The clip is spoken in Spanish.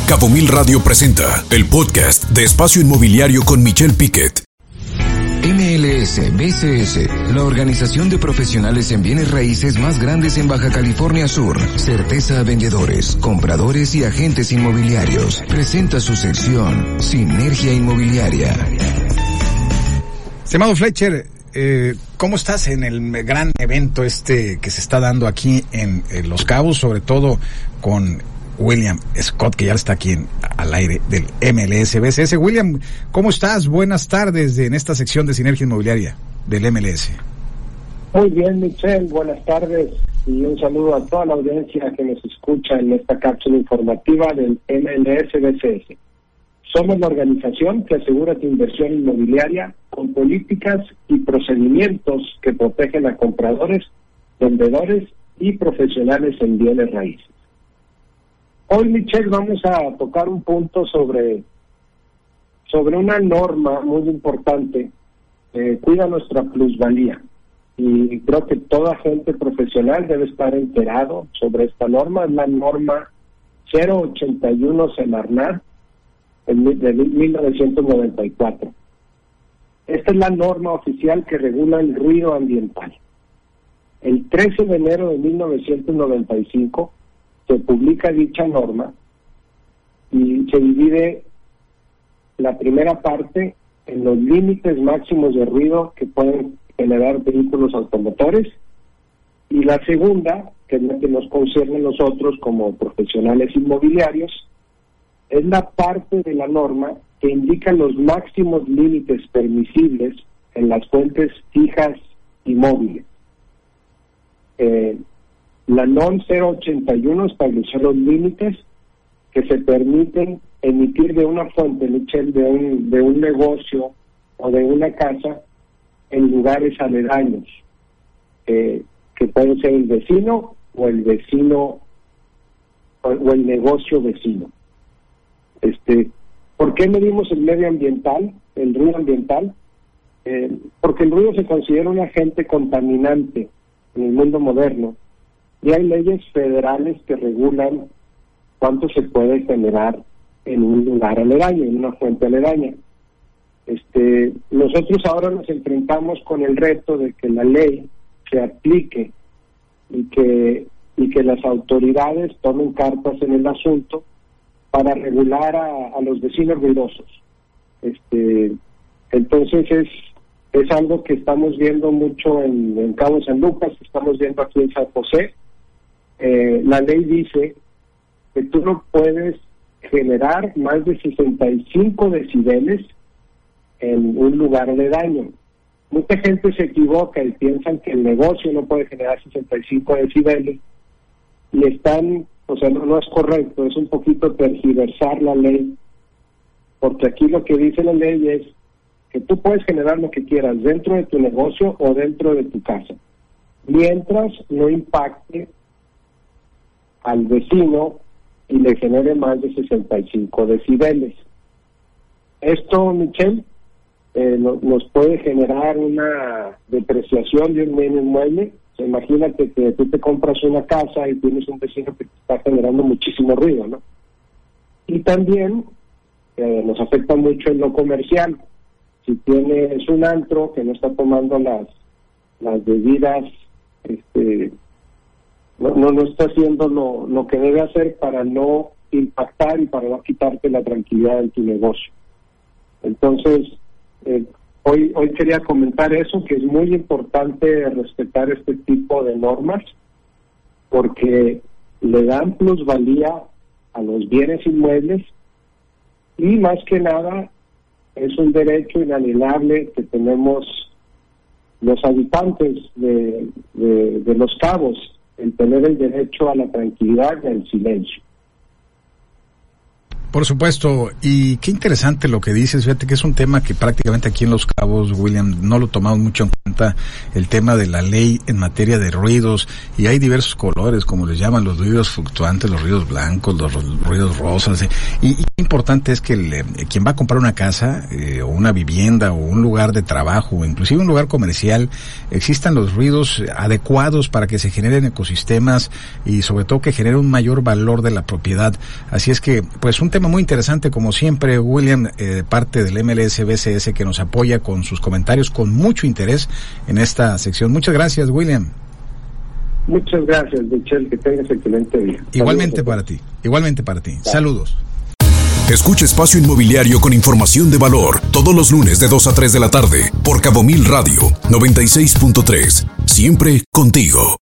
Cabo Mil Radio presenta el podcast de Espacio Inmobiliario con Michelle Piquet. MLS BCS, la organización de profesionales en bienes raíces más grandes en Baja California Sur, certeza a vendedores, compradores y agentes inmobiliarios, presenta su sección Sinergia Inmobiliaria. Estimado Fletcher, ¿cómo estás en el gran evento que se está dando aquí en Los Cabos, sobre todo con William Scott, que ya está aquí al aire del MLS BCS? William, ¿cómo estás? Buenas tardes en esta sección de Sinergia Inmobiliaria del MLS. Muy bien, Michelle, buenas tardes y un saludo a toda la audiencia que nos escucha en esta cápsula informativa del MLS BCS. Somos la organización que asegura tu inversión inmobiliaria con políticas y procedimientos que protegen a compradores, vendedores y profesionales en bienes raíces. Hoy, Michelle, vamos a tocar un punto sobre una norma muy importante que cuida nuestra plusvalía. Y creo que toda gente profesional debe estar enterado sobre esta norma. Es la norma 081 Semarnat de 1994. Esta es la norma oficial que regula el ruido ambiental. El 13 de enero de 1995 se publica dicha norma y se divide la primera parte en los límites máximos de ruido que pueden generar vehículos automotores, y la segunda, que es la que nos concierne a nosotros como profesionales inmobiliarios, es la parte de la norma que indica los máximos límites permisibles en las fuentes fijas y móviles. La NOM 081 estableció los límites que se permiten emitir de una fuente, Michelle, de un negocio o de una casa en lugares aledaños, que puede ser el vecino o el vecino o el negocio vecino. ¿Por qué medimos el medio ambiental, el ruido ambiental? Porque el ruido se considera un agente contaminante en el mundo moderno. Y hay leyes federales que regulan cuánto se puede generar en un lugar aledaño, en una fuente aledaña. Nosotros ahora nos enfrentamos con el reto de que la ley se aplique y que las autoridades tomen cartas en el asunto para regular a los vecinos ruidosos. Entonces es algo que estamos viendo mucho en Cabo San Lucas, estamos viendo aquí en San José. La ley dice que tú no puedes generar más de 65 decibeles en un lugar aledaño. Mucha gente se equivoca y piensan que el negocio no puede generar 65 decibeles y no es correcto, es un poquito tergiversar la ley, porque aquí lo que dice la ley es que tú puedes generar lo que quieras dentro de tu negocio o dentro de tu casa, mientras no impacte al vecino y le genere más de 65 decibeles. Esto, Michelle, nos puede generar una depreciación de un bien inmueble. O sea, imagínate que tú te compras una casa y tienes un vecino que te está generando muchísimo ruido, ¿no? Y también nos afecta mucho en lo comercial. Si tienes un antro que no está tomando las bebidas, no está haciendo lo que debe hacer para no impactar y para no quitarte la tranquilidad de tu negocio. Entonces, hoy quería comentar eso, que es muy importante respetar este tipo de normas, porque le dan plusvalía a los bienes inmuebles y más que nada es un derecho inalienable que tenemos los habitantes de Los Cabos, el tener el derecho a la tranquilidad y al silencio. Por supuesto, y qué interesante lo que dices. Fíjate que es un tema que prácticamente aquí en Los Cabos, William, no lo tomamos mucho en cuenta, el tema de la ley en materia de ruidos, y hay diversos colores, como les llaman, los ruidos fluctuantes, los ruidos blancos, los ruidos rosas, y importante es que quien va a comprar una casa, o una vivienda, o un lugar de trabajo, o inclusive un lugar comercial, existan los ruidos adecuados para que se generen ecosistemas, y sobre todo que genere un mayor valor de la propiedad. Así es que, pues, un tema tema muy interesante, como siempre, William, parte del MLS BCS, que nos apoya con sus comentarios con mucho interés en esta sección. Muchas gracias, William. Muchas gracias, Michelle, que tengas excelente día. Igualmente para ti, igualmente para ti. Saludos. Escucha Espacio Inmobiliario con información de valor todos los lunes de 2 a 3 de la tarde por Cabo Mil Radio 96.3. Siempre contigo.